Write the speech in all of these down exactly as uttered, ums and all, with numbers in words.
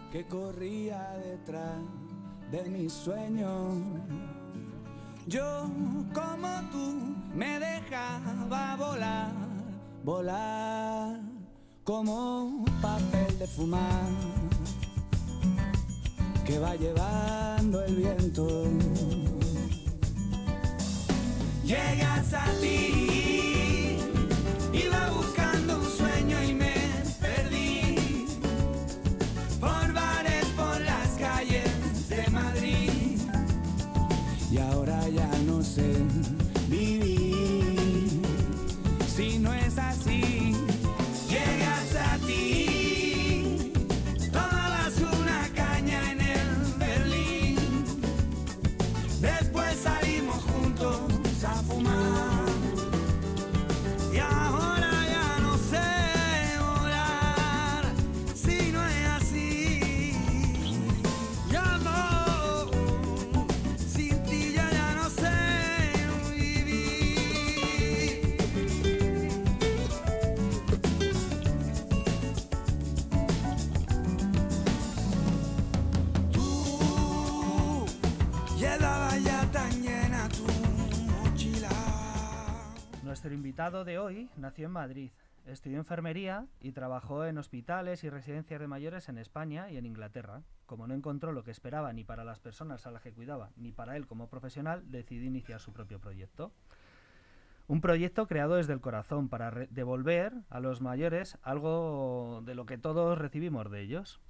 que corría detrás de mis sueños. Yo, como tú, me dejaba volar, volar como papel de fumar que va llevando el viento. Llegas a ti, iba buscando un sueño y me perdí por bares, por las calles de Madrid, y ahora ya no sé vivir si no es así. Llegas a ti, tomabas una caña en el Berlín, después salimos juntos a fumar, y ahora ya no sé volar si no es así. Ya no, sin ti ya, ya no sé vivir. Tú llevabas ya tan llena tu mochila. Nuestro invitado de hoy nació en Madrid, estudió enfermería y trabajó en hospitales y residencias de mayores en España y en Inglaterra. Como no encontró lo que esperaba ni para las personas a las que cuidaba, ni para él como profesional, decidió iniciar su propio proyecto. Un proyecto creado desde el corazón para re- devolver a los mayores algo de lo que todos recibimos de ellos.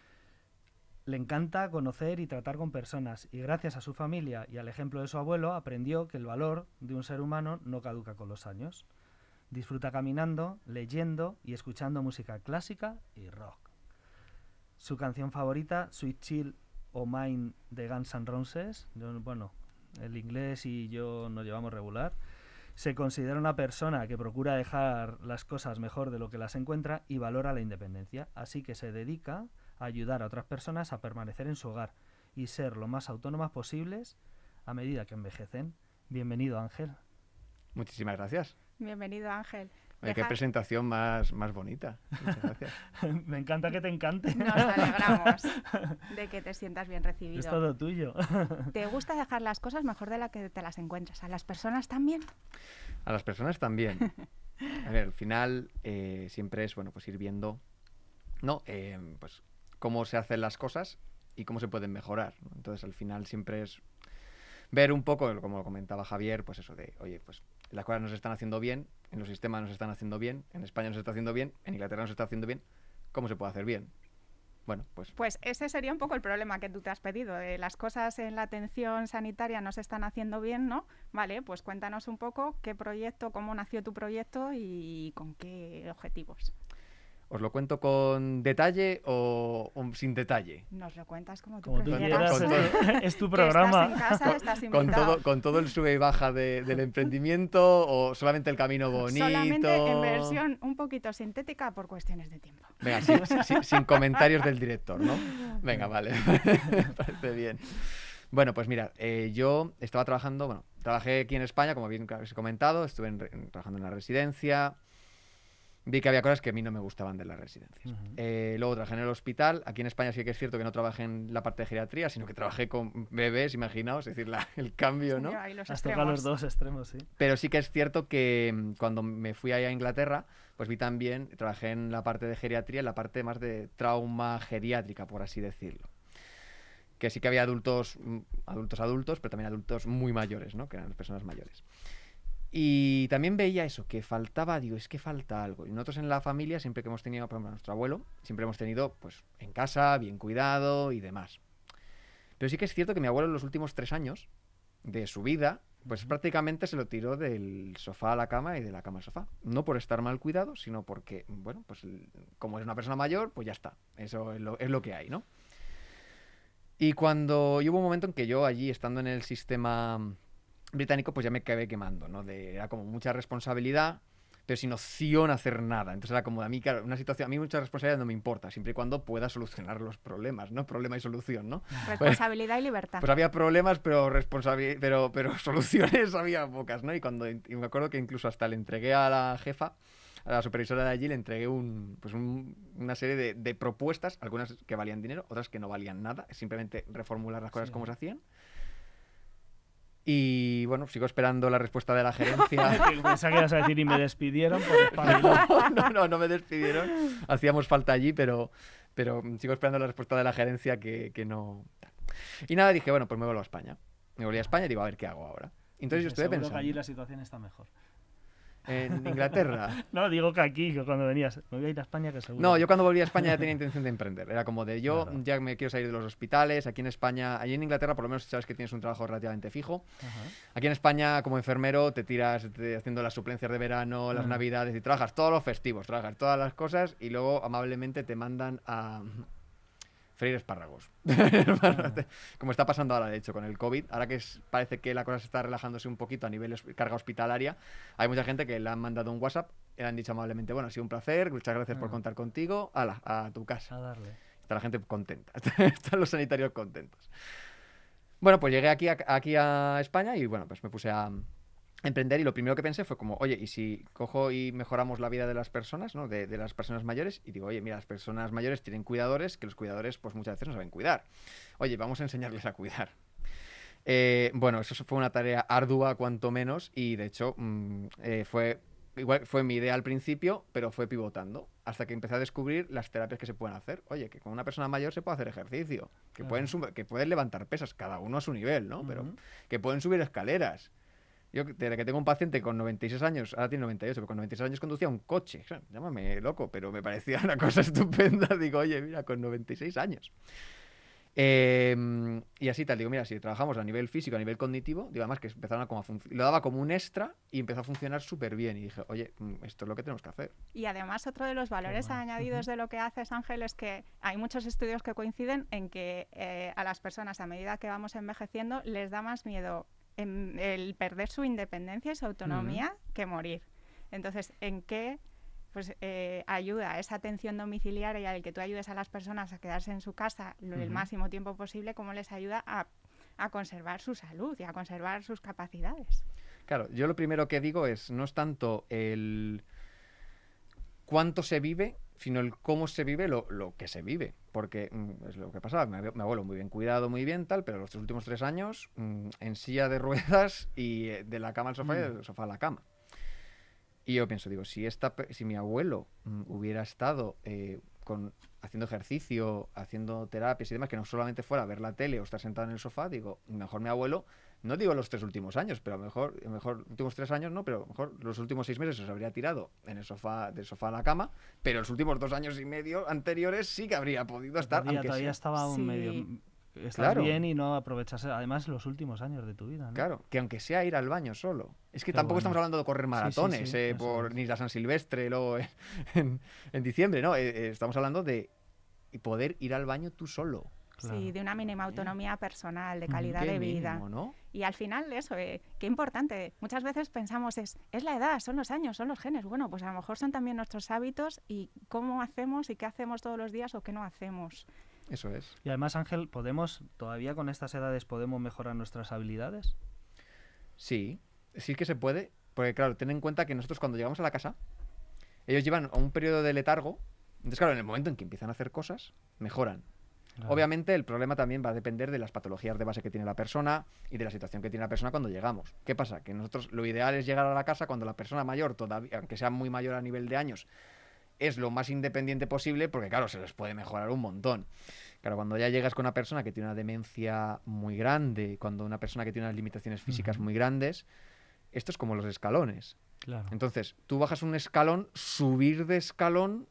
Le encanta conocer y tratar con personas, y gracias a su familia y al ejemplo de su abuelo aprendió que el valor de un ser humano no caduca con los años. Disfruta caminando, leyendo y escuchando música clásica y rock. Su canción favorita, Sweet Child O' Mine de Guns N' Roses, yo, bueno, el inglés y yo nos llevamos regular. Se considera una persona que procura dejar las cosas mejor de lo que las encuentra y valora la independencia, así que se dedica a ayudar a otras personas a permanecer en su hogar y ser lo más autónomas posibles a medida que envejecen. Bienvenido, Ángel. Muchísimas gracias. Bienvenido, Ángel. Oye, qué Deja- presentación más, más bonita. Muchas gracias. Me encanta que te encante. Nos alegramos de que te sientas bien Es recibido. todo tuyo. ¿Te gusta dejar las cosas mejor de la que te las encuentras? ¿A las personas también? A las personas también. A ver, al final eh, siempre es, bueno, pues ir viendo, ¿no? Eh, pues cómo se hacen las cosas y cómo se pueden mejorar, ¿no? Entonces, al final siempre es ver un poco, como lo comentaba Javier, pues eso de, oye, pues las cosas nos están haciendo bien, en los sistemas nos están haciendo bien, en España nos está haciendo bien, en Inglaterra nos está haciendo bien, ¿cómo se puede hacer bien? Bueno, pues Pues ese sería un poco el problema que tú te has pedido. eh, las cosas en la atención sanitaria no se están haciendo bien, ¿no? Vale, pues cuéntanos un poco qué proyecto, cómo nació tu proyecto y con qué objetivos. ¿os lo cuento con detalle o, o sin detalle? Nos lo cuentas como tú Como tú prefieras. quieras, Con todo- es tu Que programa. Estás en casa, estás Con invitado. todo, con todo el sube y baja de- del emprendimiento o solamente el camino bonito. Solamente en versión un poquito sintética por cuestiones de tiempo. Venga, sin, sin- sin comentarios del director, ¿no? Venga, vale. Me parece bien. Bueno, pues mira, eh, yo estaba trabajando, bueno, trabajé aquí en España, como bien os he comentado, estuve en re- en- trabajando en la residencia. Vi que había cosas que a mí no me gustaban de las residencias. Ujú. Eh, luego trabajé en el hospital. Aquí en España sí que es cierto que no trabajé en la parte de geriatría, sino que trabajé con bebés, imaginaos, es decir, la- el cambio, ¿no? Ahí los Has tocado los extremos. dos extremos, sí. Pero sí que es cierto que mm, cuando me fui allá a Inglaterra, pues vi también, trabajé en la parte de geriatría, en la parte más de trauma geriátrica, por así decirlo. Que sí que había adultos, mm, adultos adultos, pero también adultos muy mayores, ¿no? Que eran las personas mayores. Y también veía eso, que faltaba, digo, es que falta algo. Y nosotros en la familia, siempre que hemos tenido, por ejemplo, a nuestro abuelo, siempre hemos tenido, pues, en casa, bien cuidado y demás. Pero sí que es cierto que mi abuelo en los últimos tres años de su vida, pues Ujú. prácticamente se lo tiró del sofá a la cama y de la cama al sofá. No por estar mal cuidado, sino porque, bueno, pues el- como es una persona mayor, pues ya está. Eso es lo, es lo que hay, ¿no? Y cuando y hubo un momento en que yo allí, estando en el sistema británico, pues ya me acabé quemando, ¿no? De, era como mucha responsabilidad, pero sin opción a hacer nada. Entonces era como, a mí, claro, una situación, a mí mucha responsabilidad no me importa, siempre y cuando pueda solucionar los problemas, ¿no? Problema y solución, ¿no? Responsabilidad y libertad. Pues había problemas, pero, responsabi- pero, pero soluciones había pocas, ¿no? Y, cuando, y me acuerdo que incluso hasta le entregué a la jefa a la supervisora de allí le entregué un, pues un- una serie de, de propuestas, algunas que valían dinero, otras que no valían nada, simplemente reformular las cosas Sí. como se hacían. Y bueno, sigo esperando la respuesta de la gerencia. Que Pensaba que ibas a decir y me despidieron por espabilar. No, no, no, no me despidieron. Hacíamos falta allí, pero, pero sigo esperando la respuesta de la gerencia que, que no. Y nada, dije, bueno, pues me vuelvo a España. Me volví a España y digo, a ver qué hago ahora. Entonces yo estuve Seguro pensando. que allí la situación está mejor. En Inglaterra. No, digo que aquí, que cuando venías, me voy a ir a España, que seguro. No, yo cuando volví a España ya tenía intención de emprender. Era como de yo Claro. ya me quiero salir de los hospitales. Aquí en España, allí en Inglaterra por lo menos sabes que tienes un trabajo relativamente fijo. Ajá. Aquí en España como enfermero te tiras de- haciendo las suplencias de verano, las Ah. navidades y trabajas todos los festivos, trabajas todas las cosas y luego amablemente te mandan a freír espárragos. Como está pasando ahora, de hecho, con el COVID. Ahora que es- parece que la cosa se está relajándose un poquito a nivel hos- carga hospitalaria, hay mucha gente que le han mandado un WhatsApp y le han dicho amablemente, bueno, ha sido un placer, muchas gracias por Ah. contar contigo, hala, a tu casa. A darle. Está la gente contenta, están los sanitarios contentos. Bueno, pues llegué aquí a, aquí a España y bueno, pues me puse a emprender y lo primero que pensé fue como, oye, ¿y si cojo y mejoramos la vida de las personas, ¿no? De, de las personas mayores? Y digo, oye, mira, las personas mayores tienen cuidadores, que los cuidadores pues muchas veces no saben cuidar. Oye, vamos a enseñarles a cuidar. Eh, bueno, eso fue una tarea ardua cuanto menos y de hecho mm, eh, fue igual fue mi idea al principio, pero fue pivotando hasta que empecé a descubrir las terapias que se pueden hacer. Oye, que con una persona mayor se puede hacer ejercicio, que Claro. pueden sub- que pueden levantar pesas, cada uno a su nivel, ¿no? Pero Ujú. que pueden subir escaleras. Yo que- desde que tengo un paciente con noventa y seis años, ahora tiene noventa y ocho, pero con noventa y seis años conducía un coche. O sea, llámame loco, pero me parecía una cosa estupenda. Digo, oye, mira, con noventa y seis años. Eh, y así tal, digo, mira, si trabajamos a nivel físico, a nivel cognitivo, digo, además que empezaron a como a func- lo daba como un extra y empezó a funcionar súper bien. Y dije, oye, mm, esto es lo que tenemos que hacer. Y además otro de los valores bueno. añadidos de lo que haces, Ángel, es que hay muchos estudios que coinciden en que eh, a las personas a medida que vamos envejeciendo les da más miedo en el perder su independencia y su autonomía que morir. Entonces, ¿en qué pues eh, ayuda esa atención domiciliaria, el que tú ayudes a las personas a quedarse en su casa lo- el Ujú. máximo tiempo posible, cómo les ayuda a, a conservar su salud y a conservar sus capacidades? Claro, yo lo primero que digo es, no es tanto el cuánto se vive, sino el cómo se vive lo, lo que se vive. Porque mm, es lo que pasaba, mi, abue- mi abuelo muy bien cuidado, muy bien tal, pero los tres últimos tres años mm, en silla de ruedas y eh, de la cama al sofá y Mm. del sofá a la cama. Y yo pienso, digo, si, esta, pe- si mi abuelo mm, hubiera estado eh, con, haciendo ejercicio, haciendo terapias y demás, que no solamente fuera a ver la tele o estar sentado en el sofá, digo, mejor mi abuelo, no digo los tres últimos años, pero a lo mejor, a lo mejor últimos tres años no, pero a lo mejor los últimos seis meses se os habría tirado en el sofá, del sofá a la cama, pero los últimos dos años y medio anteriores sí que habría podido estar, Todavía, aunque todavía sea- estaba un Sí. medio. Estás Claro. bien y no aprovechas, además, los últimos años de tu vida, ¿no? Claro, que aunque sea ir al baño solo. Es que Qué tampoco bueno. estamos hablando de correr Sí, sí, maratones, sí, eh, eso por, es. ni la San Silvestre luego en, en- en diciembre, ¿no? Eh, eh, estamos hablando de poder ir al baño tú solo. Claro. Sí, de una mínima autonomía personal, de Ujú. calidad Qué de vida. mínimo, ¿no? Y al final eso, eh, qué importante. Muchas veces pensamos es, es la edad, son los años, son los genes. Bueno, pues a lo mejor son también nuestros hábitos y cómo hacemos y qué hacemos todos los días o qué no hacemos. Eso es. Y además, Ángel, ¿podemos, todavía con estas edades, podemos mejorar nuestras habilidades? Sí, sí que se puede, porque claro, ten en cuenta que nosotros cuando llegamos a la casa, ellos llevan a un periodo de letargo, entonces claro, en el momento en que empiezan a hacer cosas, mejoran. Claro. Obviamente el problema también va a depender de las patologías de base que tiene la persona y de la situación que tiene la persona cuando llegamos. ¿Qué pasa? Que nosotros lo ideal es llegar a la casa cuando la persona mayor, todavía, aunque sea muy mayor a nivel de años, es lo más independiente posible porque claro, se les puede mejorar un montón. Claro, cuando ya llegas con una persona que tiene una demencia muy grande, cuando una persona que tiene unas limitaciones físicas Ujú. muy grandes, esto es como los escalones. Claro. Entonces, tú bajas un escalón, subir de escalón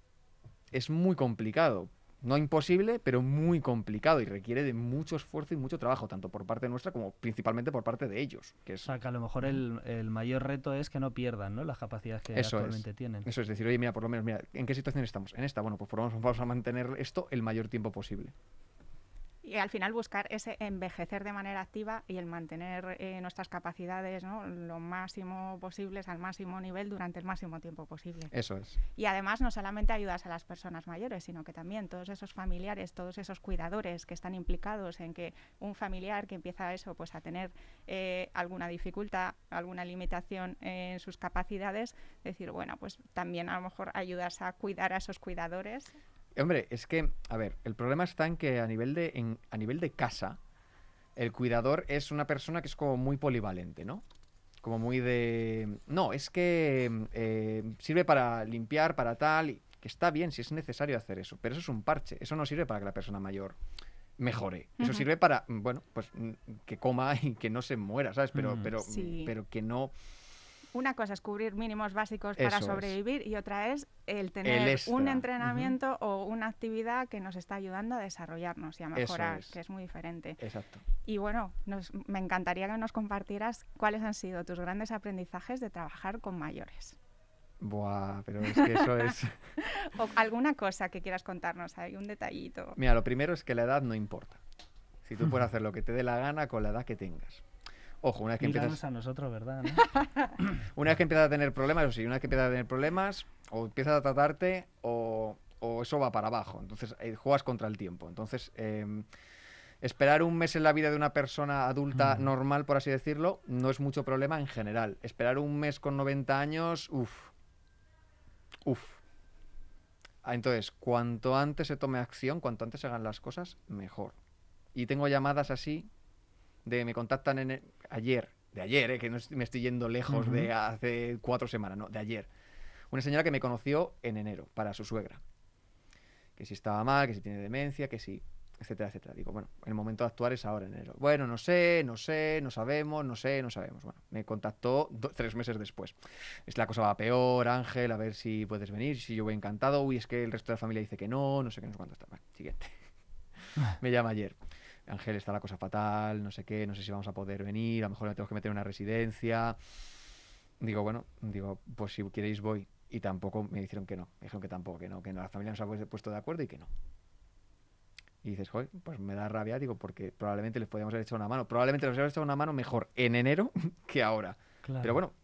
es muy complicado. No imposible, pero muy complicado y requiere de mucho esfuerzo y mucho trabajo, tanto por parte nuestra como principalmente por parte de ellos. Que O es, sea, que a lo mejor el, el mayor reto es que no pierdan, ¿no?, las capacidades que Eso es. actualmente tienen. eso es decir, oye, mira, por lo menos, mira, ¿en qué situación estamos? En esta, bueno, pues por lo menos vamos a mantener esto el mayor tiempo posible. Y al final buscar ese envejecer de manera activa y el mantener eh, nuestras capacidades, ¿no?, lo máximo posibles, al máximo nivel, durante el máximo tiempo posible. Eso es. Y además no solamente ayudas a las personas mayores, sino que también todos esos familiares, todos esos cuidadores que están implicados en que un familiar que empieza eso, pues a tener eh, alguna dificultad, alguna limitación en sus capacidades, decir, bueno, pues también a lo mejor ayudas a cuidar a esos cuidadores. Hombre, es que, a ver, el problema está en que a nivel de, en, a nivel de casa, el cuidador es una persona que es como muy polivalente, ¿no? Como muy de... No, es que eh, sirve para limpiar, para tal, y que está bien si es necesario hacer eso, pero eso es un parche, eso no sirve para que la persona mayor mejore. Eso Ujú. sirve para, bueno, pues que coma y que no se muera, ¿sabes? Pero, Mm. pero, Sí. pero que no... Una cosa es cubrir mínimos básicos para Eso es. sobrevivir y otra es el tener extra. un entrenamiento o una actividad que nos está ayudando a desarrollarnos y a Eso mejorar, es. que es muy diferente. Exacto. Y bueno, nos, me encantaría que nos compartieras cuáles han sido tus grandes aprendizajes de trabajar con mayores. Buah, pero es que eso es... O alguna cosa que quieras contarnos, hay un detallito. Mira, lo primero es que la edad no importa. Si tú puedes hacer lo que te dé la gana con la edad que tengas. Ojo, una vez que Míranos empiezas, a nosotros, ¿verdad? ¿no? una vez que empiezas a tener problemas, o sí, una vez que empiezas a tener problemas, o empiezas a tratarte, o, o eso va para abajo. Entonces, eh, juegas contra el tiempo. Entonces, eh, esperar un mes en la vida de una persona adulta Mm. normal, por así decirlo, no es mucho problema en general. Esperar un mes con noventa años, uff. Uff. Ah, entonces, cuanto antes se tome acción, cuanto antes se hagan las cosas, mejor. Y tengo llamadas así, de me contactan en e- ayer, de ayer, eh, que no es- me estoy yendo lejos de Ujú. hace cuatro semanas, no, de ayer. Una señora que me conoció en enero, para su suegra. Que si estaba mal, que si tiene demencia, que si, etcétera, etcétera. Digo, bueno, el momento de actuar es ahora en enero. Bueno, no sé, no sé, no sabemos, no sé, no sabemos. Bueno, me contactó do- tres meses después. Es la cosa va peor, Ángel, a ver si puedes venir. Si yo voy encantado. Uy, es que el resto de la familia dice que no, no sé qué, no sé cuánto está. Vale, siguiente. Me llama ayer. Ángel, está la cosa fatal, no sé qué, no sé si vamos a poder venir, a lo mejor me tengo que meter en una residencia. Digo, bueno, digo, pues si queréis voy. Y tampoco me dijeron que no, me dijeron que tampoco, que no, que no, la familia nos ha pu- puesto de acuerdo y que no. Y dices, joder, pues me da rabia, digo, porque probablemente les podíamos haber echado una mano. Probablemente les haber echado una mano mejor en enero que ahora. Claro. Pero bueno,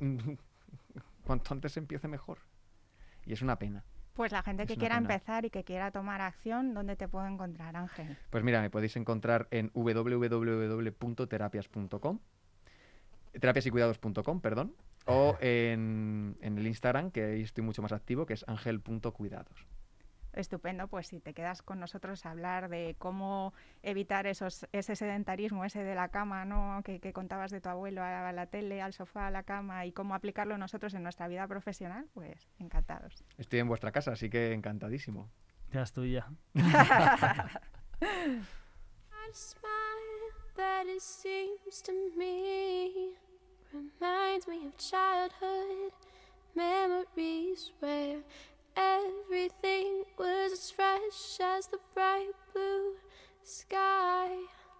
cuanto antes se empiece mejor. Y es una pena. Pues la gente Es que una quiera pena. empezar y que quiera tomar acción, ¿dónde te puedo encontrar, Ángel? Pues mira, me podéis encontrar en w w w punto terapias punto com, terapias y cuidados punto com, perdón, o en, en el Instagram, que ahí estoy mucho más activo, que es ángel punto cuidados. Estupendo, pues si te quedas con nosotros a hablar de cómo evitar esos, ese sedentarismo, ese de la cama, ¿no?, que, que contabas de tu abuelo, a la tele, al sofá, a la cama, y cómo aplicarlo nosotros en nuestra vida profesional, pues encantados. Estoy en vuestra casa, así que encantadísimo. Ya es tuya. A smile that it seems to me reminds me of childhood memories where everything was as fresh as the bright blue sky.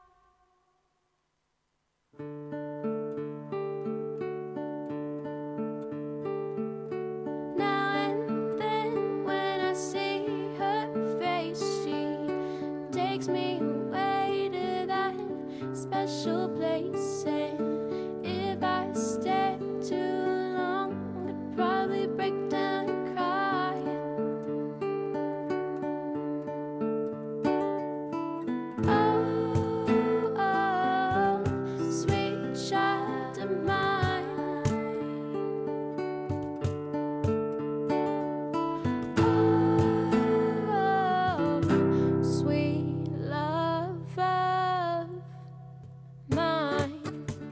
Now and then when I see her face, she takes me away to that special place. And if I stay too long, I'd probably break down and cry. Oh, oh, sweet child of mine. Oh, sweet love of mine.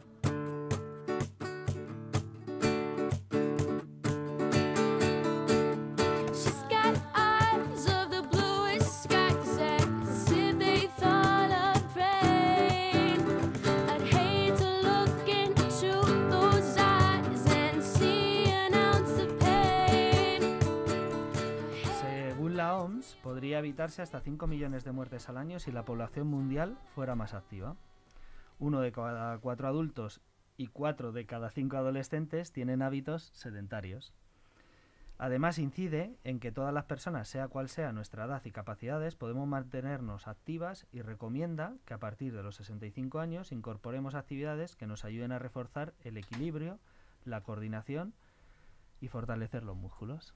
She's got eyes of the bluest skies, as if they thought of rain. I'd hate to look into those eyes and see an ounce of pain. Según la O M S, podría evitarse hasta cinco millones de muertes al año si la población mundial fuera más activa. Uno de cada cuatro adultos y cuatro de cada cinco adolescentes tienen hábitos sedentarios. Además, incide en que todas las personas, sea cual sea nuestra edad y capacidades, podemos mantenernos activas y recomienda que a partir de los sesenta y cinco años incorporemos actividades que nos ayuden a reforzar el equilibrio, la coordinación y fortalecer los músculos.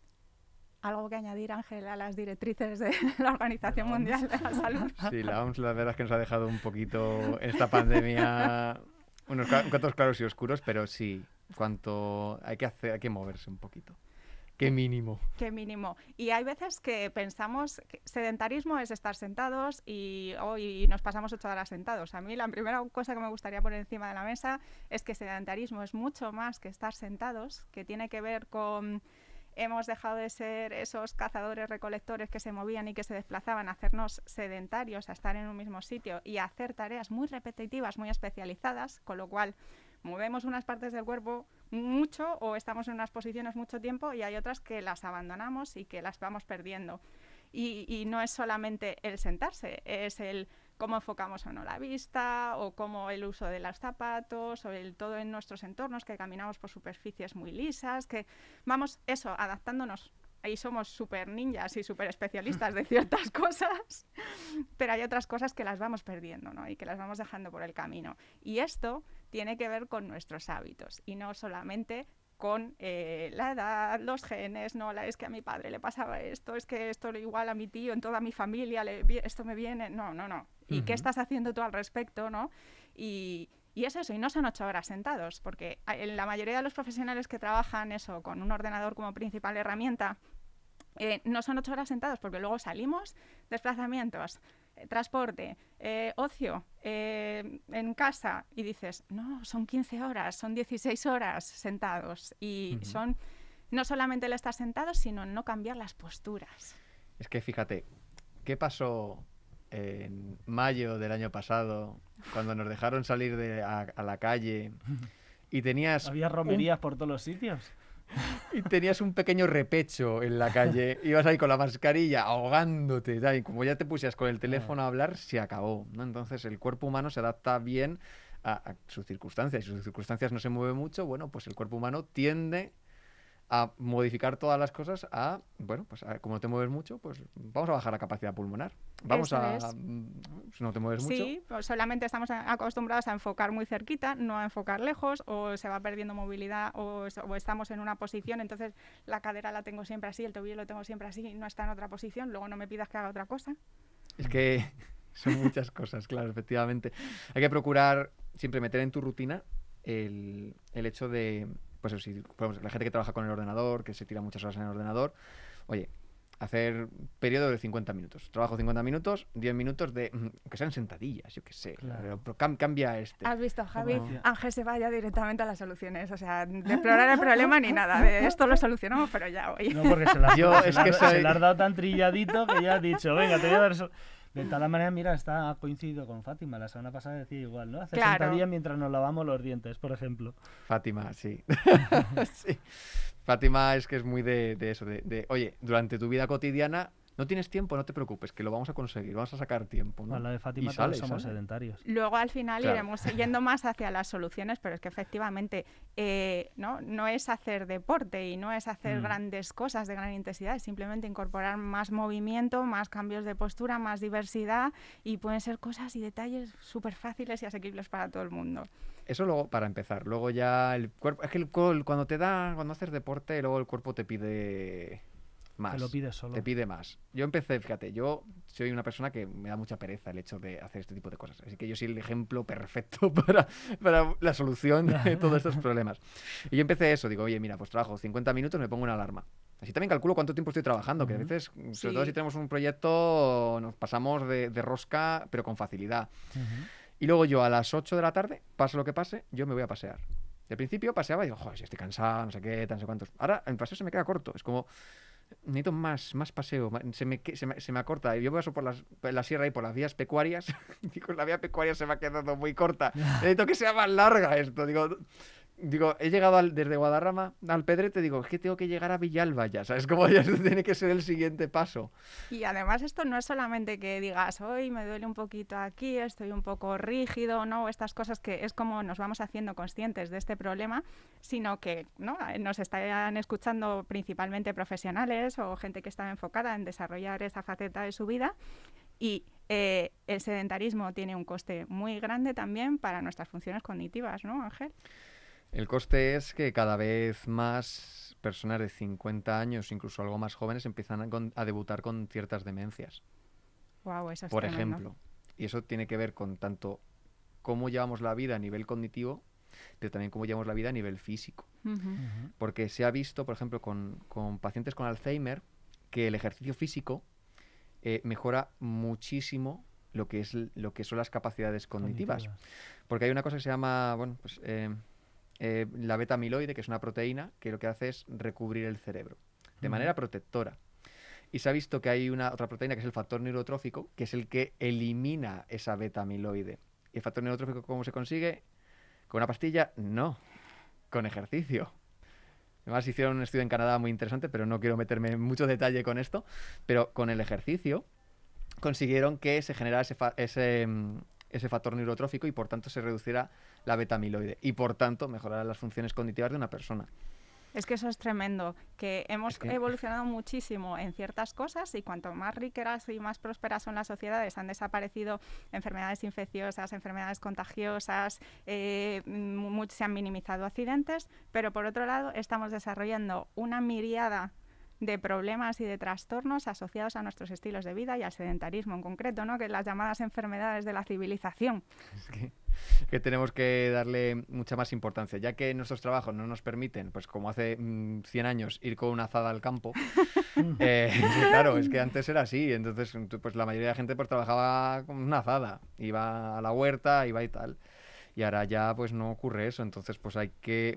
¿Algo que añadir, Ángel, a las directrices de la Organización De la O M S. Mundial de la Salud? Sí, la O M S la verdad es que nos ha dejado un poquito en esta pandemia unos cla- cuantos claros y oscuros, pero sí, cuanto hay que hacer, hay que moverse un poquito. Qué mínimo. Qué mínimo. Y hay veces que pensamos que sedentarismo es estar sentados y hoy nos pasamos ocho horas sentados. A mí la primera cosa que me gustaría poner encima de la mesa es que sedentarismo es mucho más que estar sentados, que tiene que ver con... Hemos dejado de ser esos cazadores recolectores que se movían y que se desplazaban, a hacernos sedentarios, a estar en un mismo sitio y a hacer tareas muy repetitivas, muy especializadas, con lo cual movemos unas partes del cuerpo mucho o estamos en unas posiciones mucho tiempo y hay otras que las abandonamos y que las vamos perdiendo. Y, y no es solamente el sentarse, es el cómo enfocamos o no la vista, o cómo el uso de los zapatos, o el todo en nuestros entornos, que caminamos por superficies muy lisas, que vamos, eso, adaptándonos. Ahí somos súper ninjas y súper especialistas de ciertas cosas, pero hay otras cosas que las vamos perdiendo, ¿no? Y que las vamos dejando por el camino. Y esto tiene que ver con nuestros hábitos, y no solamente con eh, la edad, los genes, no, la, es que a mi padre le pasaba esto, es que esto igual a mi tío, en toda mi familia, le, esto me viene, no, no, no. ¿Y uh-huh. qué estás haciendo tú al respecto, no? Y, y es eso, y no son ocho horas sentados, porque en la mayoría de los profesionales que trabajan eso, con un ordenador como principal herramienta, eh, no son ocho horas sentados, porque luego salimos, desplazamientos, eh, transporte, eh, ocio, eh, en casa, y dices, no, son quince horas, son dieciséis horas sentados, y uh-huh. son no solamente el estar sentados, sino no cambiar las posturas. Es que fíjate, ¿qué pasó en mayo del año pasado, cuando nos dejaron salir de, a, a la calle y tenías... Había romerías un... por todos los sitios. Y tenías un pequeño repecho en la calle, ibas ahí con la mascarilla ahogándote, ¿sabes? Y como ya te pusieras con el teléfono a hablar, se acabó, ¿no? Entonces el cuerpo humano se adapta bien a, a sus circunstancias. Si sus circunstancias no se mueven mucho, bueno, pues el cuerpo humano tiende a modificar todas las cosas a, bueno, pues a, como no te mueves mucho, pues vamos a bajar la capacidad pulmonar. Vamos Eso a, es. a... Si no te mueves mucho... Sí, pues solamente estamos acostumbrados a enfocar muy cerquita, no a enfocar lejos, o se va perdiendo movilidad, o, o estamos en una posición, entonces la cadera la tengo siempre así, el tobillo lo tengo siempre así, no está en otra posición, luego no me pidas que haga otra cosa. Es que son muchas cosas, claro, efectivamente. Hay que procurar siempre meter en tu rutina el, el hecho de... Pues si, pues, la gente que trabaja con el ordenador, que se tira muchas horas en el ordenador, oye, hacer periodo de cincuenta minutos. Trabajo cincuenta minutos, diez minutos de... que sean sentadillas, yo qué sé. Claro. Pero cam cambia este. ¿Has visto, Javi? Ángel se vaya directamente a las soluciones. O sea, de explorar el problema ni nada. De esto lo solucionamos, pero ya hoy. No, porque se la, yo, se es la, que se soy... la has dado tan trilladito que ya has dicho, venga, te voy a dar eso. De tal manera, mira, está coincidido con Fátima. La semana pasada decía igual, ¿no? Hacer claro. sentadillas mientras nos lavamos los dientes, por ejemplo. Fátima, sí. sí. Fátima es que es muy de, de eso, de, de, oye, durante tu vida cotidiana no tienes tiempo, no te preocupes, que lo vamos a conseguir, vamos a sacar tiempo, ¿no? A la de Fátima y todos sale, somos sale. sedentarios. Luego al final claro. iremos yendo más hacia las soluciones, pero es que efectivamente eh, ¿no? no es hacer deporte y no es hacer mm. grandes cosas de gran intensidad, es simplemente incorporar más movimiento, más cambios de postura, más diversidad, y pueden ser cosas y detalles súper fáciles y asequibles para todo el mundo. Eso luego, para empezar. Luego ya el cuerpo... Es que el, cuando te da... Cuando haces deporte, luego el cuerpo te pide... más. Te lo pide solo. Te pide más. Yo empecé, fíjate, yo soy una persona que me da mucha pereza el hecho de hacer este tipo de cosas. Así que yo soy el ejemplo perfecto para, para la solución de todos estos problemas. Y yo empecé eso, digo, oye, mira, pues trabajo cincuenta minutos, me pongo una alarma. Así también calculo cuánto tiempo estoy trabajando, uh-huh. que a veces, sobre sí. todo si tenemos un proyecto, nos pasamos de, de rosca, pero con facilidad. Uh-huh. Y luego yo a las ocho de la tarde, pase lo que pase, yo me voy a pasear. Y al principio paseaba y digo, joder, si estoy cansado, no sé qué, no sé cuántos. Ahora el paseo se me queda corto, es como... necesito más, más paseo, se me, se me, se me acorta. Y yo paso por, las, por la sierra y por las vías pecuarias, digo, la vía pecuaria se me ha quedado muy corta, necesito que sea más larga esto, digo, digo, he llegado al- desde Guadarrama al Pedrete, digo, es que tengo que llegar a Villalba ya, ¿sabes? Como ya tiene que ser el siguiente paso. Y además esto no es solamente que digas, hoy me duele un poquito aquí, estoy un poco rígido, ¿no? Estas cosas que es como nos vamos haciendo conscientes de este problema, sino que, ¿no? Nos están escuchando principalmente profesionales o gente que está enfocada en desarrollar esa faceta de su vida. Y eh, el sedentarismo tiene un coste muy grande también para nuestras funciones cognitivas, ¿no, Ángel? El coste es que cada vez más personas de cincuenta años, incluso algo más jóvenes, empiezan a, con- a debutar con ciertas demencias, Wow, eso es por tremendo. ejemplo. Y eso tiene que ver con tanto cómo llevamos la vida a nivel cognitivo, pero también cómo llevamos la vida a nivel físico. Ujú. Ujú. Porque se ha visto, por ejemplo, con, con pacientes con Alzheimer, que el ejercicio físico eh, mejora muchísimo lo que es l- lo que son las capacidades cognitivas. Porque hay una cosa que se llama, bueno, pues eh, eh, la beta amiloide, que es una proteína que lo que hace es recubrir el cerebro de Ujú. manera protectora. Y se ha visto que hay una otra proteína que es el factor neurotrófico, que es el que elimina esa beta amiloide. ¿Y el factor neurotrófico cómo se consigue? ¿Con una pastilla? No, con ejercicio. Además hicieron un estudio en Canadá muy interesante, pero no quiero meterme en mucho detalle con esto. Pero con el ejercicio consiguieron que se generara ese, fa- ese, mm, ese factor neurotrófico y por tanto se reduciera la beta amiloide y por tanto mejorara las funciones cognitivas de una persona. Es que eso es tremendo, que hemos Es que- evolucionado muchísimo en ciertas cosas y cuanto más riqueras y más prósperas son las sociedades, han desaparecido enfermedades infecciosas, enfermedades contagiosas, eh, mu- se han minimizado accidentes, pero por otro lado estamos desarrollando una miriada de problemas y de trastornos asociados a nuestros estilos de vida y al sedentarismo en concreto, ¿no? Que las llamadas enfermedades de la civilización. Es que, que tenemos que darle mucha más importancia, ya que nuestros trabajos no nos permiten, pues como hace mm, cien años, ir con una azada al campo. eh, claro, es que antes era así, entonces tú, pues la mayoría de la gente pues trabajaba con una azada, iba a la huerta, iba y tal. Y ahora ya pues no ocurre eso, entonces pues hay que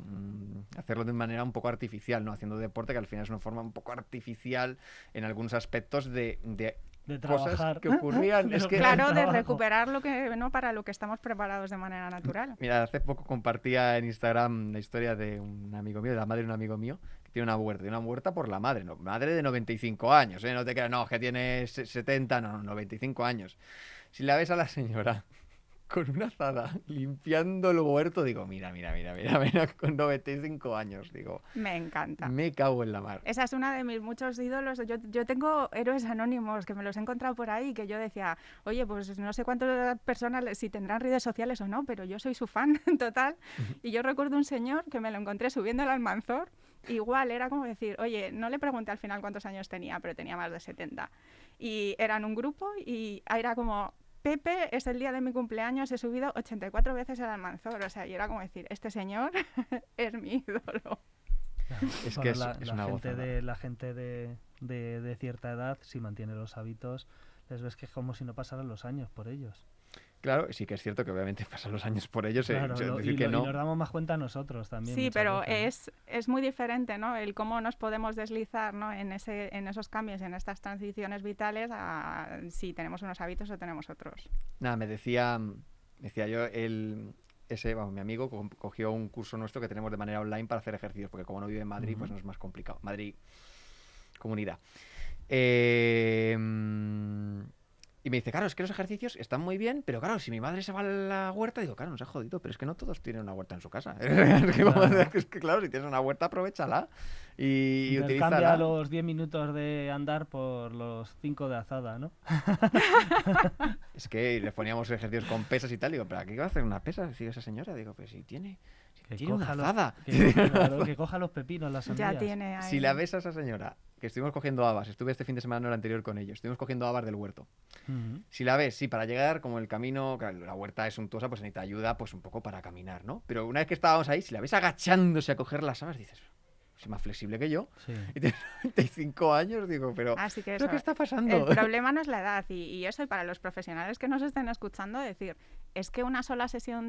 mm, hacerlo de manera un poco artificial, ¿no? Haciendo deporte, que al final es una forma un poco artificial en algunos aspectos de, de De cosas trabajar. que ocurrían. Es Pero que, Claro, de trabajo. recuperar lo que no para lo que estamos preparados de manera natural. mira, hace poco compartía en Instagram la historia de un amigo mío, de la madre de un amigo mío, que tiene una huerta, tiene una huerta por la madre, no, madre de noventa y cinco años, ¿eh? No te creas, no, que tiene se- setenta, no, no, noventa y cinco años. Si la ves a la señora con una azada limpiando el huerto, digo, mira, mira, mira, mira, mira, con noventa y cinco años, digo, Me encanta. me cago en la mar. Esa es una de mis muchos ídolos. Yo, yo tengo héroes anónimos que me los he encontrado por ahí, que yo decía, oye, pues no sé cuántas personas, le- si tendrán redes sociales o no, pero yo soy su fan total. Y yo recuerdo un señor que me lo encontré subiendo el Almanzor. Igual, era como decir, oye, no le pregunté al final cuántos años tenía, pero tenía más de setenta. Y eran un grupo y era como... Pepe, es el día de mi cumpleaños, he subido ochenta y cuatro veces el Almanzor. O sea, y era como decir, este señor es mi ídolo. Claro. Es Bueno, que es- la, es la una gente, gozada. de, la gente de, de, de cierta edad, si mantiene los hábitos, les ves que es como si no pasaran los años por ellos. Claro, sí que es cierto que obviamente pasan los años por ellos, eh, Claro, o sea, lo- decir y, que lo- y no. nos damos más cuenta nosotros también. Sí, muchas pero veces, ¿no? es, es muy diferente, ¿no? El cómo nos podemos deslizar, ¿no? en, ese, en esos cambios, en estas transiciones vitales, a si tenemos unos hábitos o tenemos otros. Nada, me decía, decía yo, el, ese, vamos, mi amigo co- cogió un curso nuestro que tenemos de manera online para hacer ejercicios, porque como no vive en Madrid, pues Ujú. no es más complicado. Madrid, comunidad. Eh, mm, y me dice, claro, es que los ejercicios están muy bien, pero claro, si mi madre se va a la huerta, digo, claro, nos ha jodido, pero es que no todos tienen una huerta en su casa. Es que, vamos a Claro. decir, es que, claro, si tienes una huerta, aprovéchala y, y Intercambia utilízala. los diez minutos de andar por los cinco de azada, ¿no? Es que le poníamos ejercicios con pesas y tal. Digo, ¿pero qué va a hacer una pesa? Sigue esa señora. Digo, pues si tiene, si Que tiene una coja los- azada. Que, coja- claro, que coja los pepinos, las sandías. Ya tiene ahí... Si la ves a esa señora, que estuvimos cogiendo habas, estuve este fin de semana, no el anterior con ellos, estuvimos cogiendo habas del huerto. Ujú. Si la ves, sí, para llegar, como el camino, claro, la huerta es suntuosa, pues necesita ayuda, pues un poco para caminar, ¿no? Pero una vez que estábamos ahí, si la ves agachándose a coger las habas, dices, es más flexible que yo. Sí. Y tiene noventa y cinco años, digo, pero, Así que ¿pero eso, qué está pasando? el problema no es la edad y, y eso, y para los profesionales que nos estén escuchando, decir, es que una sola sesión de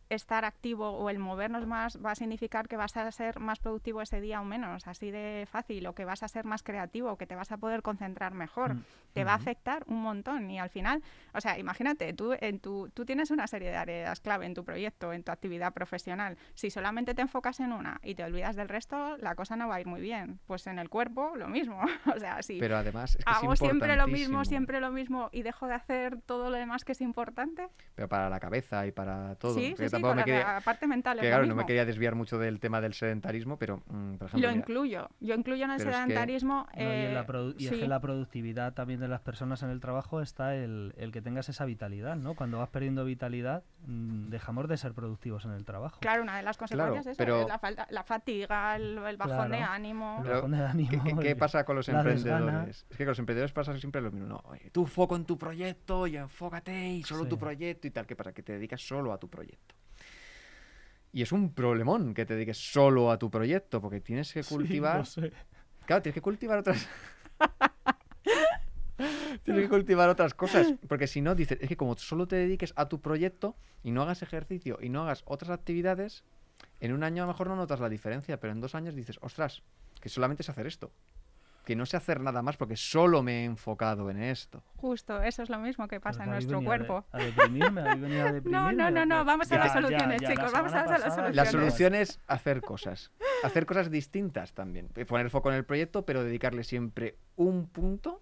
estar activo o el movernos más va a significar que vas a ser más productivo ese día o menos, así de fácil, o que vas a ser más creativo, que te vas a poder concentrar mejor. Mm. Te va a Ujú. afectar un montón y al final, o sea, imagínate, tú, en tu, tú tienes una serie de áreas clave en tu proyecto, en tu actividad profesional. Si solamente te enfocas en una y te olvidas del resto, la cosa no va a ir muy bien. Pues en el cuerpo, lo mismo. O sea, si Pero además es que hago es siempre lo mismo, importantísimo. siempre lo mismo y dejo de hacer todo lo demás que es importante, Pero para la cabeza y para todo. sí, Que sí, sí, tampoco con me la, quería- la parte mental es que lo claro, no me mismo. quería desviar mucho del tema del sedentarismo, pero mm, por ejemplo, Lo mira, incluyo. Yo incluyo en el Pero es que- sedentarismo. No, y en la eh, produ- y es sí. que en la productividad también de las personas en el trabajo está el, el que tengas esa vitalidad, ¿no? Cuando vas perdiendo vitalidad, mm, dejamos de ser productivos en el trabajo. Claro, una de las consecuencias es eso, pero- es la, falta, la fatiga, el, el bajón de Claro. ánimo. El Pero, bajón de ¿qué, ánimo, qué- qué el- pasa con los la desgana. emprendedores? Es que con los emprendedores pasa siempre lo mismo. No, oye, tú foco en tu proyecto y enfócate y solo tu Sí. proyecto y tal. ¿Qué pasa? Que te dedicas solo a tu proyecto. Y es un problemón que te dediques solo a tu proyecto, porque tienes que Sí, cultivar. lo sé. Claro, tienes que cultivar otras. Tienes que cultivar otras cosas. Porque si no, dices, es que como solo te dediques a tu proyecto y no hagas ejercicio y no hagas otras actividades, en un año a lo mejor no notas la diferencia, pero en dos años dices, ostras, que solamente sé hacer esto. Que no sé hacer nada más porque solo me he enfocado en esto. Justo, eso es lo mismo que pasa Pues en habéis nuestro venido a de- cuerpo. A, deprimirme, habéis venido a No, deprimirme. no, no, no, vamos a Ya, las ya, soluciones, ya, la chicos, vamos a semana las pasada- soluciones. La Soluciones. solución es hacer cosas. Hacer cosas distintas también. Poner foco en el proyecto, pero dedicarle siempre un punto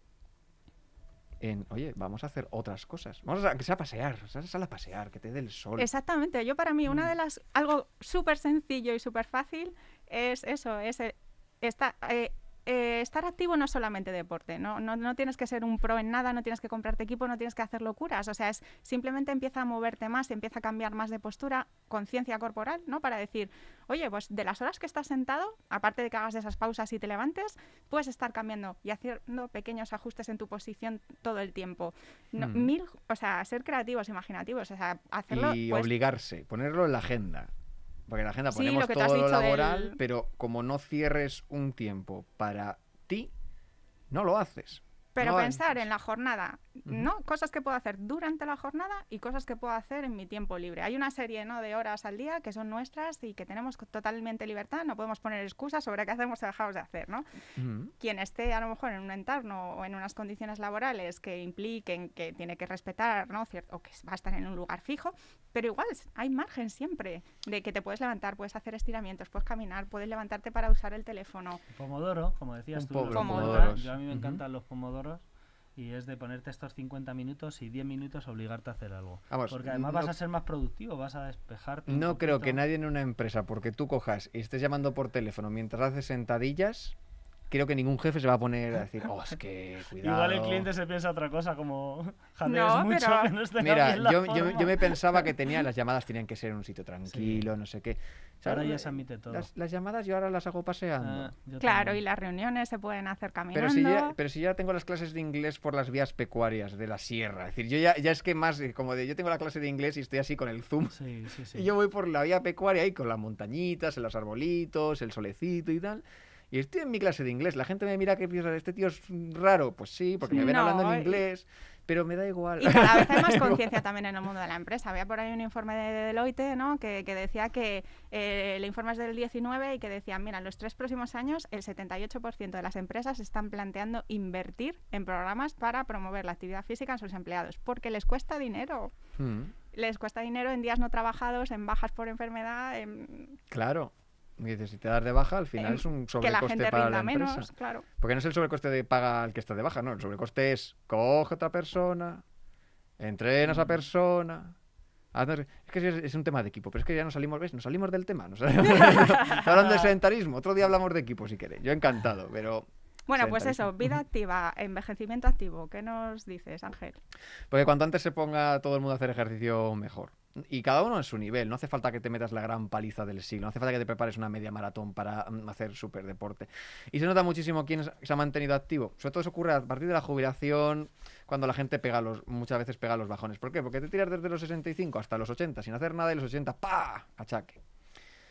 en, oye, vamos a hacer otras cosas. Vamos a que sea a pasear, o sea, sal a pasear, que te dé el sol. Exactamente, yo para mí una de las, algo súper sencillo y súper fácil es eso, es eh, esta, eh, eh, estar activo no es solamente deporte, ¿no? No, no tienes que ser un pro en nada, no tienes que comprarte equipo, no tienes que hacer locuras, o sea, es simplemente empieza a moverte más, empieza a cambiar más de postura, conciencia corporal, ¿no? Para decir, oye, pues de las horas que estás sentado, aparte de que hagas esas pausas y te levantes, puedes estar cambiando y haciendo pequeños ajustes en tu posición todo el tiempo. No, Mm. Mil, o sea, ser creativos, imaginativos, o sea, hacerlo... Y pues, obligarse, ponerlo en la agenda. Porque en la agenda Sí, ponemos lo que te has todo lo dicho laboral, del- pero como no cierres un tiempo para ti, no lo haces. Pero No, pensar en la jornada, Ujú. ¿no? Cosas que puedo hacer durante la jornada y cosas que puedo hacer en mi tiempo libre. Hay una serie, ¿no?, de horas al día que son nuestras y que tenemos co- totalmente libertad, no podemos poner excusas sobre qué hacemos o dejamos de hacer, ¿no? Ujú. Quien esté a lo mejor en un entorno o en unas condiciones laborales que impliquen que tiene que respetar, ¿no?, cierto, o que va a estar en un lugar fijo, pero igual s- hay margen siempre de que te puedes levantar, puedes hacer estiramientos, puedes caminar, puedes levantarte para usar el teléfono. Pomodoro, como decías Un tú. po- los Pomodoro. cincuenta, yo a mí me Ujú. encantan los pomodoros y es de ponerte estos cincuenta minutos y diez minutos obligarte a hacer algo. Vamos, Porque además no- vas a ser más productivo, vas a despejarte. un No creo que poquito. nadie en una empresa, porque tú cojas y estés llamando por teléfono mientras haces sentadillas, creo que ningún jefe se va a poner a decir, oh, es que cuidado. Igual el cliente se piensa otra cosa, como jadees No, mucho, pero- que no esté Mira, bien la yo, yo, forma. yo me pensaba que tenía las llamadas tenían que ser en un sitio tranquilo, no sé qué. Ahora ¿Sabes? ya se admite todo. Las, las llamadas yo ahora las hago paseando. Ah, yo Claro, también. y las reuniones se pueden hacer caminando. Pero si, ya, pero si ya tengo las clases de inglés por las vías pecuarias de la sierra. Es decir, yo ya, ya es que más, eh, como de yo tengo la clase de inglés y estoy así con el zoom. Sí, sí, sí. Y yo voy por la vía pecuaria ahí con las montañitas, en los arbolitos, el solecito y tal. Y estoy en mi clase de inglés. La gente me mira que piensa, este tío es raro. Pues sí, porque me ven No, hablando en y- inglés, pero me da igual. Y cada vez hay más conciencia también en el mundo de la empresa. Había por ahí un informe de Deloitte, ¿no?, que, que decía que eh, el informe es del diecinueve y que decía, mira, en los tres próximos años el setenta y ocho por ciento de las empresas están planteando invertir en programas para promover la actividad física en sus empleados, porque les cuesta dinero. Mm, Les cuesta dinero en días no trabajados, en bajas por enfermedad, en claro. Y dices, si te das de baja, al final en es un que la sobrecoste gente para rinda la empresa. menos, claro. Porque no es el sobrecoste de paga al que está de baja, no. El sobrecoste es coge otra persona, entrena a esa persona. haz no sé- Es que es, es un tema de equipo, pero es que ya nos salimos, ¿ves? Nos salimos del tema. Nos salimos- Está hablando de sedentarismo. Otro día hablamos de equipo si queréis. Yo encantado, pero. Bueno, pues eso, sedentarismo. vida activa, envejecimiento activo. ¿Qué nos dices, Ángel? Porque cuanto antes se ponga todo el mundo a hacer ejercicio, mejor. Y cada uno en su nivel. No hace falta que te metas la gran paliza del siglo. No hace falta que te prepares una media maratón para mm, hacer súper deporte. Y se nota muchísimo quién se se ha mantenido activo. Sobre todo eso ocurre a partir de la jubilación, cuando la gente pega los, muchas veces pega los bajones. ¿Por qué? Porque te tiras desde los sesenta y cinco hasta los ochenta sin hacer nada y los ochenta, ¡pa! Achaque.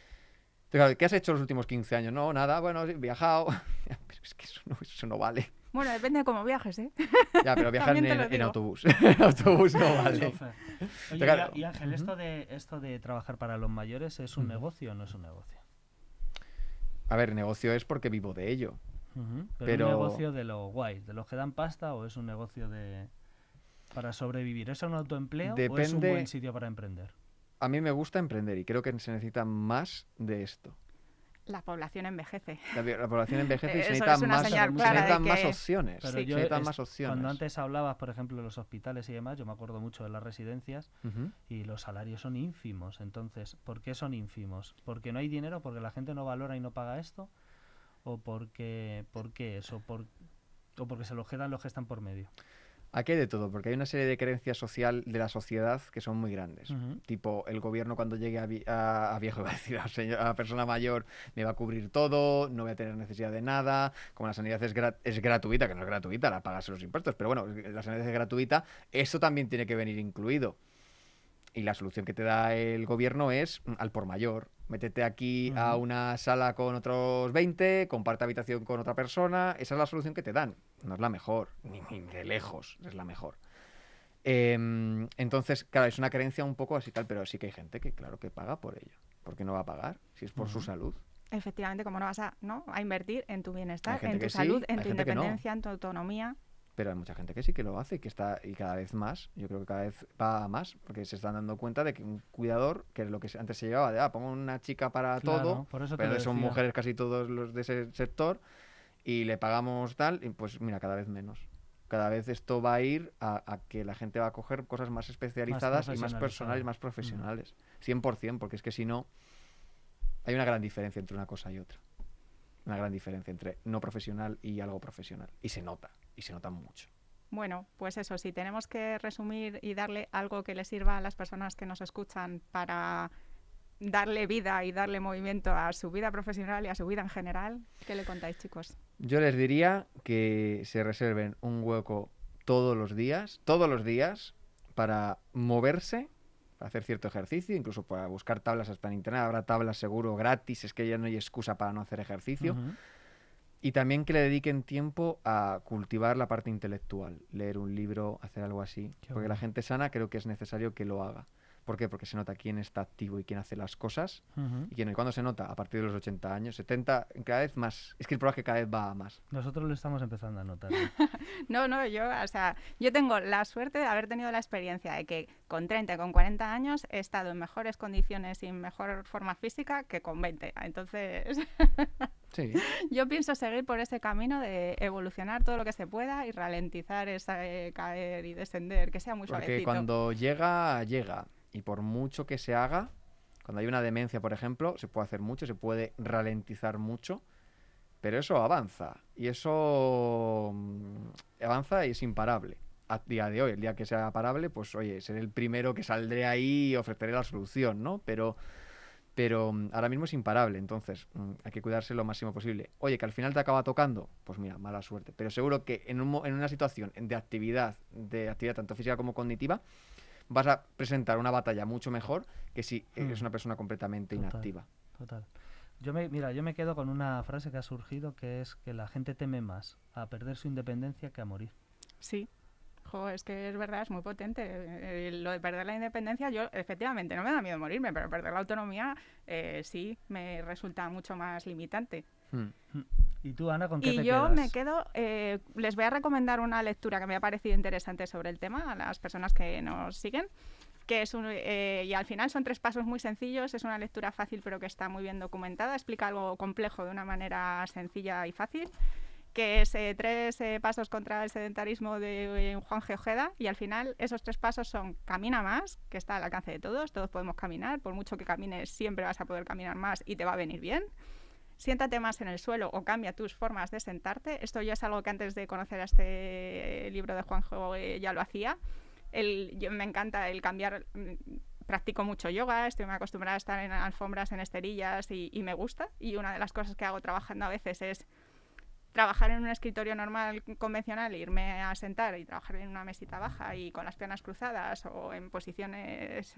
Entonces, claro, ¿qué has hecho los últimos quince años? No, nada, bueno, he viajado. Pero es que eso no, eso no vale. Bueno, depende de cómo viajes, ¿eh? Ya, pero viajan También te en, lo en digo. autobús. En autobús no vale. Chofer. Oye, Claro. y, y Ángel, Ujú. esto de esto de trabajar para los mayores, ¿es un Ujú. negocio o no es un negocio? A ver, negocio es porque vivo de ello. Ujú. Pero, Pero- un negocio de los guays, de los que dan pasta, o es un negocio de para sobrevivir. ¿Es un autoempleo o es un Depende- buen sitio para emprender? A mí me gusta emprender y creo que se necesita más de esto. La población envejece. La, la población envejece y se Eso necesitan es una más, señal se clara de necesitan más que- opciones. Pero se yo necesitan es- más opciones. Cuando antes hablabas, por ejemplo, de los hospitales y demás, yo me acuerdo mucho de las residencias Ujú. y los salarios son ínfimos. Entonces, ¿por qué son ínfimos? ¿Porque no hay dinero? ¿Porque la gente no valora y no paga esto? ¿O porque, por qué eso? ¿Por, ¿O porque se lo quedan los que están por medio? Aquí hay de todo, porque hay una serie de creencias social de la sociedad que son muy grandes. Ujú. Tipo, el gobierno cuando llegue a, vi- a- a viejo, iba a decir, a, señor- a persona mayor, me va a cubrir todo, no voy a tener necesidad de nada, como la sanidad es, gra- es gratuita, que no es gratuita, la pagas los impuestos, pero bueno, la sanidad es gratuita, eso también tiene que venir incluido. Y la solución que te da el gobierno es mm, al por mayor. Métete aquí a Ujú. una sala con otros veinte, comparte habitación con otra persona. Esa es la solución que te dan. No es la mejor, ni, ni de lejos es la mejor. Em, entonces, claro, es una creencia un poco así tal, pero sí que hay gente que, claro, que paga por ello. ¿Por qué no va a pagar? Si es por su Ujú. salud. Efectivamente, como no vas a, ¿no? a invertir en tu bienestar, Hay gente en tu que sí, salud, en hay tu gente que no. independencia, en tu autonomía. Pero hay mucha gente que sí que lo hace y que está y cada vez más, yo creo que cada vez va a más, porque se están dando cuenta de que un cuidador, que es lo que antes se llevaba de, ah, pongo una chica para Claro, todo, por eso te pero lo son decía. mujeres casi todos los de ese sector, y le pagamos tal, y pues mira, cada vez menos. Cada vez esto va a ir a, a que la gente va a coger cosas más especializadas y más personales, más profesionales. cien por ciento, porque es que si no, hay una gran diferencia entre una cosa y otra. Una gran diferencia entre no profesional y algo profesional. Y se nota, y se nota mucho. Bueno, pues eso, si tenemos que resumir y darle algo que le sirva a las personas que nos escuchan para darle vida y darle movimiento a su vida profesional y a su vida en general, ¿qué le contáis, chicos? Yo les diría que se reserven un hueco todos los días, todos los días, para moverse, para hacer cierto ejercicio, incluso para buscar tablas hasta en internet. Habrá tablas seguro gratis, es que ya no hay excusa para no hacer ejercicio. Ujú. Y también que le dediquen tiempo a cultivar la parte intelectual, leer un libro, hacer algo así. Qué Porque la bueno. gente sana creo que es necesario que lo haga. ¿Por qué? Porque se nota quién está activo y quién hace las cosas. Ujú. Y quién, ¿cuándo se nota? A partir de los ochenta años, setenta, cada vez más. Es que el problema es que cada vez va a más. Nosotros lo estamos empezando a notar. No, no, yo, o sea, yo tengo la suerte de haber tenido la experiencia de que con treinta y con cuarenta años he estado en mejores condiciones y en mejor forma física que con veinte. Entonces, Sí. yo pienso seguir por ese camino de evolucionar todo lo que se pueda y ralentizar ese caer y descender, que sea muy Porque suavecito. cuando llega, llega. Y por mucho que se haga, cuando hay una demencia, por ejemplo, se puede hacer mucho, se puede ralentizar mucho, pero eso avanza. Y eso mm, avanza y es imparable. A día de hoy, el día que sea parable, pues oye, seré el primero que saldré ahí y ofreceré la solución, ¿no? Pero, pero mm, ahora mismo es imparable, entonces mm, hay que cuidarse lo máximo posible. Oye, que al final te acaba tocando, pues mira, mala suerte. Pero seguro que en, un mo- en una situación de actividad, de actividad tanto física como cognitiva, vas a presentar una batalla mucho mejor que si eres Mm. una persona completamente Total. inactiva. Total. Yo me, mira, yo me quedo con una frase que ha surgido, que es que la gente teme más a perder su independencia que a morir. Sí. Jo, es que es verdad, es muy potente. Eh, lo de perder la independencia, yo efectivamente no me da miedo morirme, pero perder la autonomía eh, sí me resulta mucho más limitante. Hmm. ¿Y tú, Ana, con qué Y te yo quedas? me quedo, eh, les voy a recomendar una lectura que me ha parecido interesante sobre el tema a las personas que nos siguen, que es un, eh, y al final son tres pasos muy sencillos, es una lectura fácil pero que está muy bien documentada, explica algo complejo de una manera sencilla y fácil, que es eh, tres eh, pasos contra el sedentarismo de eh, Juan G. Ojeda, y al final esos tres pasos son: camina más, que está al alcance de todos, todos podemos caminar, por mucho que camines siempre vas a poder caminar más y te va a venir bien. Siéntate más en el suelo o cambia tus formas de sentarte. Esto ya es algo que antes de conocer a este libro de Juanjo eh, ya lo hacía. El, yo, me encanta el cambiar. mm, Practico mucho yoga, estoy muy acostumbrada a estar en alfombras, en esterillas y, y me gusta. Y una de las cosas que hago trabajando a veces es trabajar en un escritorio normal, convencional, e irme a sentar y trabajar en una mesita baja y con las piernas cruzadas o en posiciones...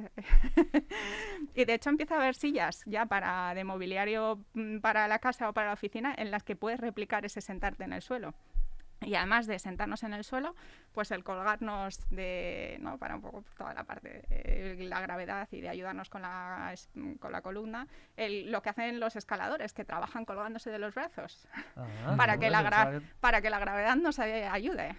Y de hecho empieza a haber sillas ya para de mobiliario mm, para la casa o para la oficina en las que puedes replicar ese sentarte en el suelo. Y además de sentarnos en el suelo, pues el colgarnos de, ¿no? para un poco toda la parte de la gravedad y de ayudarnos con la, es- con la columna, el- lo que hacen los escaladores, que trabajan colgándose de los brazos, Ah, para, no, que la pensaba gra- que- para que la gravedad nos ay- ayude.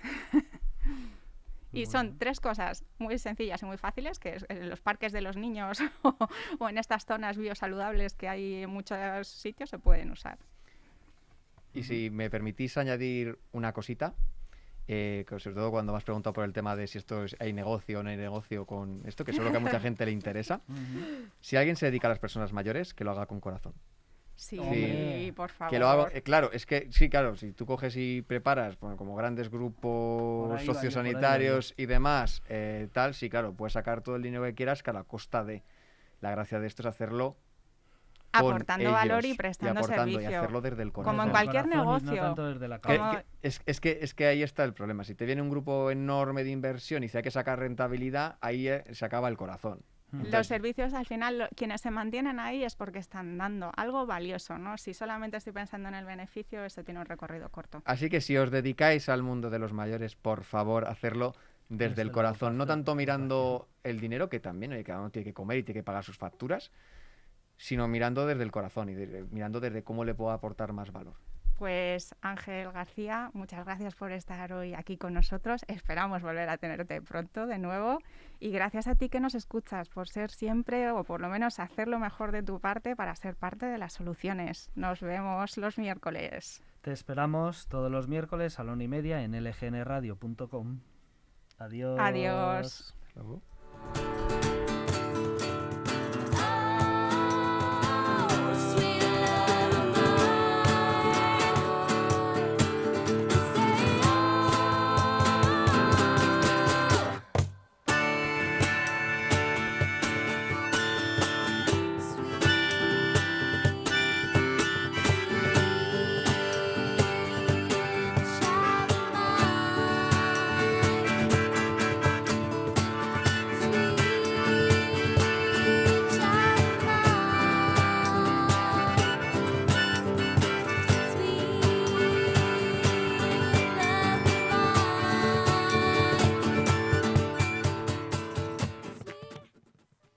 Y Muy son bien. tres cosas muy sencillas y muy fáciles, que es en los parques de los niños o, o en estas zonas biosaludables que hay en muchos sitios se pueden usar. Y si me permitís añadir una cosita, eh, que sobre todo cuando me has preguntado por el tema de si esto es, hay negocio o no hay negocio con esto, que seguro que a mucha gente le interesa. Ujú. Si alguien se dedica a las personas mayores, que lo haga con corazón. Sí, Hombre. por favor. Que lo hago, eh, claro, es que sí, claro, si tú coges y preparas bueno, como grandes Por grupos ahí va yo, por ahí va sociosanitarios y demás, eh, tal, sí, claro, puedes sacar todo el dinero que quieras, que a la costa de. La gracia de esto es hacerlo con Aportando valor y ellos, prestando aportando, servicio. Y hacerlo desde el corazón. Como en Desde el cualquier corazón y negocio. No tanto desde la Que- Como- cabeza. que- es, es que, es que ahí está el problema. Si te viene un grupo enorme de inversión y si hay que sacar rentabilidad, ahí eh, se acaba el corazón. Ujú. Los servicios, al final, lo- quienes se mantienen ahí es porque están dando algo valioso, ¿no? Si solamente estoy pensando en el beneficio, eso tiene un recorrido corto. Así que si os dedicáis al mundo de los mayores, por favor, hacerlo desde, Desde el la corazón. No vocación, tanto mirando el dinero, que también oye, cada uno tiene que comer y tiene que pagar sus facturas, sino mirando desde el corazón y de- mirando desde cómo le puedo aportar más valor. Pues Ángel García, muchas gracias por estar hoy aquí con nosotros. Esperamos volver a tenerte pronto de nuevo. Y gracias a ti que nos escuchas por ser siempre, o por lo menos hacer lo mejor de tu parte para ser parte de las soluciones. Nos vemos los miércoles. Te esperamos todos los miércoles a la una y media en l g n radio punto com. Adiós. Adiós. Hasta luego.